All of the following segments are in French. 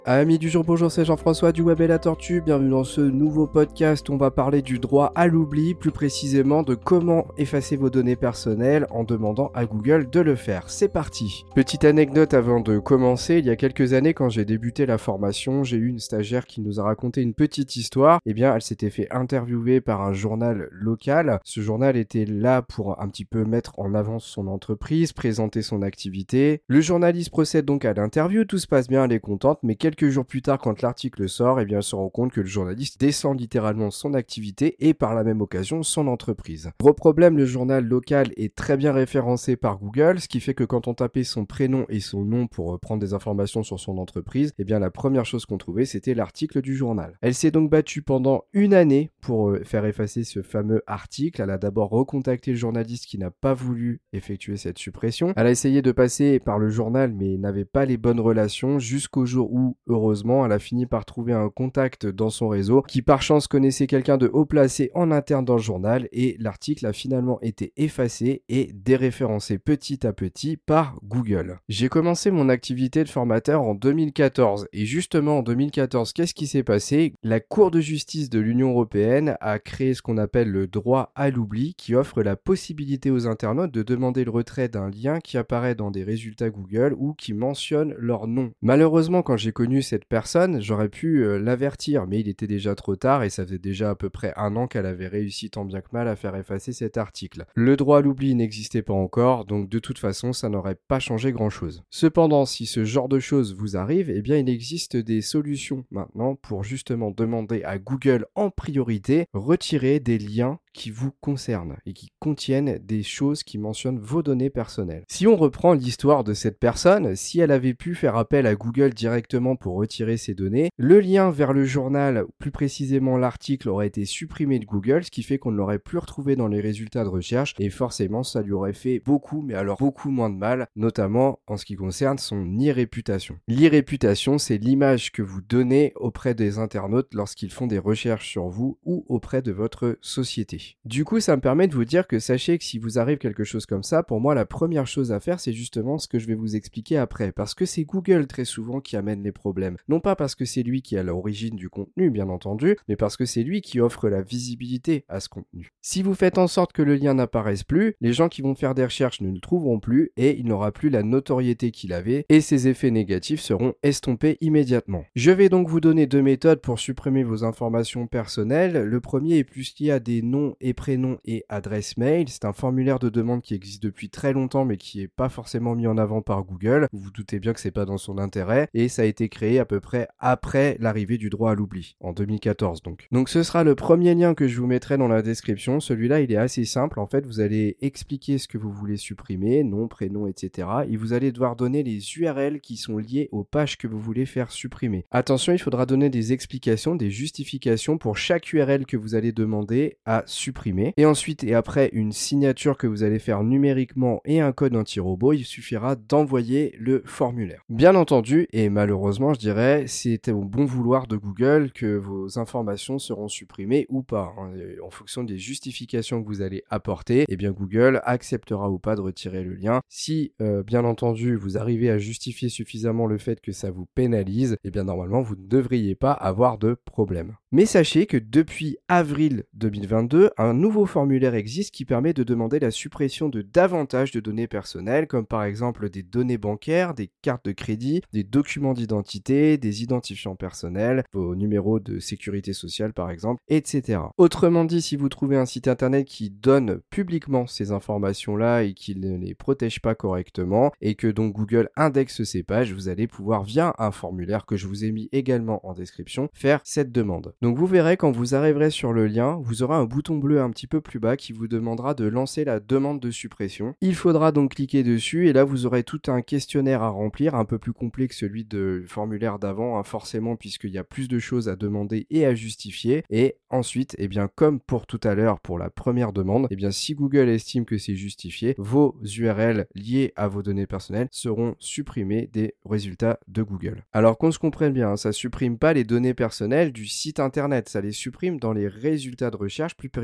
Amis du jour, bonjour, c'est Jean-François du Web et la Tortue, bienvenue dans ce nouveau podcast. On va parler du droit à l'oubli, plus précisément de comment effacer vos données personnelles en demandant à Google de le faire. C'est parti. Petite anecdote avant de commencer, il y a quelques années quand j'ai débuté la formation, j'ai eu une stagiaire qui nous a raconté une petite histoire. Eh bien, elle s'était fait interviewer par un journal local. Ce journal était là pour un petit peu mettre en avant son entreprise, présenter son activité. Le journaliste procède donc à l'interview, tout se passe bien, elle est contente, mais quelques jours plus tard, quand l'article sort, eh bien, elle se rend compte que le journaliste descend littéralement son activité et par la même occasion son entreprise. Gros problème, le journal local est très bien référencé par Google, ce qui fait que quand on tapait son prénom et son nom pour prendre des informations sur son entreprise, eh bien, la première chose qu'on trouvait, c'était l'article du journal. Elle s'est donc battue pendant une année pour faire effacer ce fameux article. Elle a d'abord recontacté le journaliste qui n'a pas voulu effectuer cette suppression. Elle a essayé de passer par le journal, mais n'avait pas les bonnes relations jusqu'au jour où, heureusement, elle a fini par trouver un contact dans son réseau qui par chance connaissait quelqu'un de haut placé en interne dans le journal et l'article a finalement été effacé et déréférencé petit à petit par Google. J'ai commencé mon activité de formateur en 2014 et justement en 2014, qu'est-ce qui s'est passé? La Cour de justice de l'Union européenne a créé ce qu'on appelle le droit à l'oubli qui offre la possibilité aux internautes de demander le retrait d'un lien qui apparaît dans des résultats Google ou qui mentionne leur nom. Malheureusement, quand j'ai connu cette personne, j'aurais pu l'avertir, mais il était déjà trop tard et ça faisait déjà à peu près un an qu'elle avait réussi tant bien que mal à faire effacer cet article. Le droit à l'oubli n'existait pas encore, donc de toute façon, ça n'aurait pas changé grand-chose. Cependant, si ce genre de choses vous arrive, eh bien il existe des solutions maintenant pour justement demander à Google en priorité retirer des liens qui vous concernent et qui contiennent des choses qui mentionnent vos données personnelles. Si on reprend l'histoire de cette personne, si elle avait pu faire appel à Google directement pour retirer ses données, le lien vers le journal, plus précisément l'article, aurait été supprimé de Google, ce qui fait qu'on ne l'aurait plus retrouvé dans les résultats de recherche et forcément ça lui aurait fait beaucoup, mais alors beaucoup moins de mal, notamment en ce qui concerne son e-réputation. L'e-réputation, c'est l'image que vous donnez auprès des internautes lorsqu'ils font des recherches sur vous ou auprès de votre société. Du coup, ça me permet de vous dire que sachez que si vous arrive quelque chose comme ça, pour moi, la première chose à faire, c'est justement ce que je vais vous expliquer après. Parce que c'est Google très souvent qui amène les problèmes. Non pas parce que c'est lui qui est à l'origine du contenu, bien entendu, mais parce que c'est lui qui offre la visibilité à ce contenu. Si vous faites en sorte que le lien n'apparaisse plus, les gens qui vont faire des recherches ne le trouveront plus et il n'aura plus la notoriété qu'il avait et ses effets négatifs seront estompés immédiatement. Je vais donc vous donner deux méthodes pour supprimer vos informations personnelles. Le premier est plus lié à des noms et prénoms et adresses mail. C'est un formulaire de demande qui existe depuis très longtemps mais qui n'est pas forcément mis en avant par Google. Vous vous doutez bien que c'est pas dans son intérêt et ça a été créé à peu près après l'arrivée du droit à l'oubli, en 2014 donc. Donc ce sera le premier lien que je vous mettrai dans la description. Celui-là il est assez simple. En fait vous allez expliquer ce que vous voulez supprimer, nom, prénom, etc. Et vous allez devoir donner les URL qui sont liées aux pages que vous voulez faire supprimer. Attention, il faudra donner des explications, des justifications pour chaque URL que vous allez demander à supprimer. Et ensuite et après une signature que vous allez faire numériquement et un code anti-robot, il suffira d'envoyer le formulaire. Bien entendu, et malheureusement je dirais, c'est au bon vouloir de Google que vos informations seront supprimées ou pas. En fonction des justifications que vous allez apporter, eh bien Google acceptera ou pas de retirer le lien. Si bien entendu vous arrivez à justifier suffisamment le fait que ça vous pénalise, eh bien normalement vous ne devriez pas avoir de problème. Mais sachez que depuis avril 2022, un nouveau formulaire existe qui permet de demander la suppression de davantage de données personnelles, comme par exemple des données bancaires, des cartes de crédit, des documents d'identité, des identifiants personnels, vos numéros de sécurité sociale par exemple, etc. Autrement dit, si vous trouvez un site internet qui donne publiquement ces informations-là et qui ne les protège pas correctement, et que donc Google indexe ces pages, vous allez pouvoir, via un formulaire que je vous ai mis également en description, faire cette demande. Donc vous verrez quand vous arriverez sur le lien, vous aurez un bouton bleu un petit peu plus bas qui vous demandera de lancer la demande de suppression. Il faudra donc cliquer dessus et là vous aurez tout un questionnaire à remplir, un peu plus complet que celui de formulaire d'avant, forcément puisqu'il y a plus de choses à demander et à justifier. Et ensuite, eh bien comme pour tout à l'heure pour la première demande, eh bien si Google estime que c'est justifié, vos URL liées à vos données personnelles seront supprimées des résultats de Google. Alors qu'on se comprenne bien, ça supprime pas les données personnelles du site internet, ça les supprime dans les résultats de recherche, plus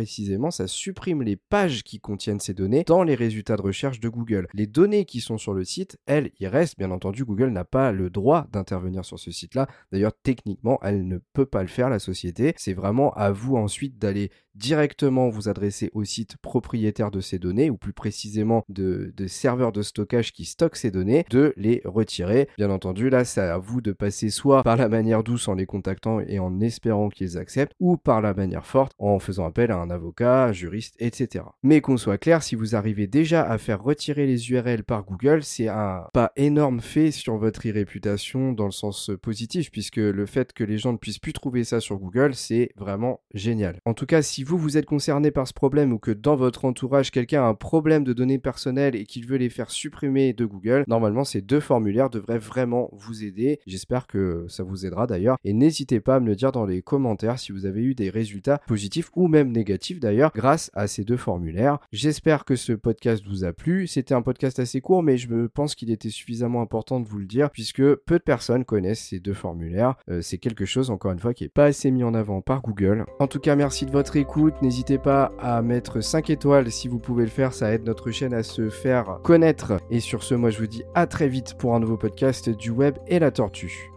précisément, ça supprime les pages qui contiennent ces données dans les résultats de recherche de Google. Les données qui sont sur le site, elles, y restent. Bien entendu, Google n'a pas le droit d'intervenir sur ce site-là. D'ailleurs, techniquement, elle ne peut pas le faire, la société. C'est vraiment à vous ensuite d'aller directement vous adresser au site propriétaire de ces données, ou plus précisément de serveurs de stockage qui stockent ces données, de les retirer. Bien entendu, là, c'est à vous de passer soit par la manière douce en les contactant et en espérant qu'ils acceptent, ou par la manière forte en faisant appel à un avocat, un juriste, etc. Mais qu'on soit clair, si vous arrivez déjà à faire retirer les URL par Google, c'est un pas énorme fait sur votre réputation dans le sens positif, puisque le fait que les gens ne puissent plus trouver ça sur Google, c'est vraiment génial. En tout cas, si vous êtes concerné par ce problème ou que dans votre entourage, quelqu'un a un problème de données personnelles et qu'il veut les faire supprimer de Google, normalement, ces 2 formulaires devraient vraiment vous aider. J'espère que ça vous aidera d'ailleurs. Et n'hésitez pas à me le dire dans les commentaires si vous avez eu des résultats positifs ou même négatifs d'ailleurs grâce à ces 2 formulaires. J'espère que ce podcast vous a plu. C'était un podcast assez court, mais je pense qu'il était suffisamment important de vous le dire puisque peu de personnes connaissent ces 2 formulaires. C'est quelque chose, encore une fois, qui n'est pas assez mis en avant par Google. En tout cas, merci de votre écoute. N'hésitez pas à mettre 5 étoiles si vous pouvez le faire, ça aide notre chaîne à se faire connaître. Et sur ce, moi je vous dis à très vite pour un nouveau podcast du web et la tortue.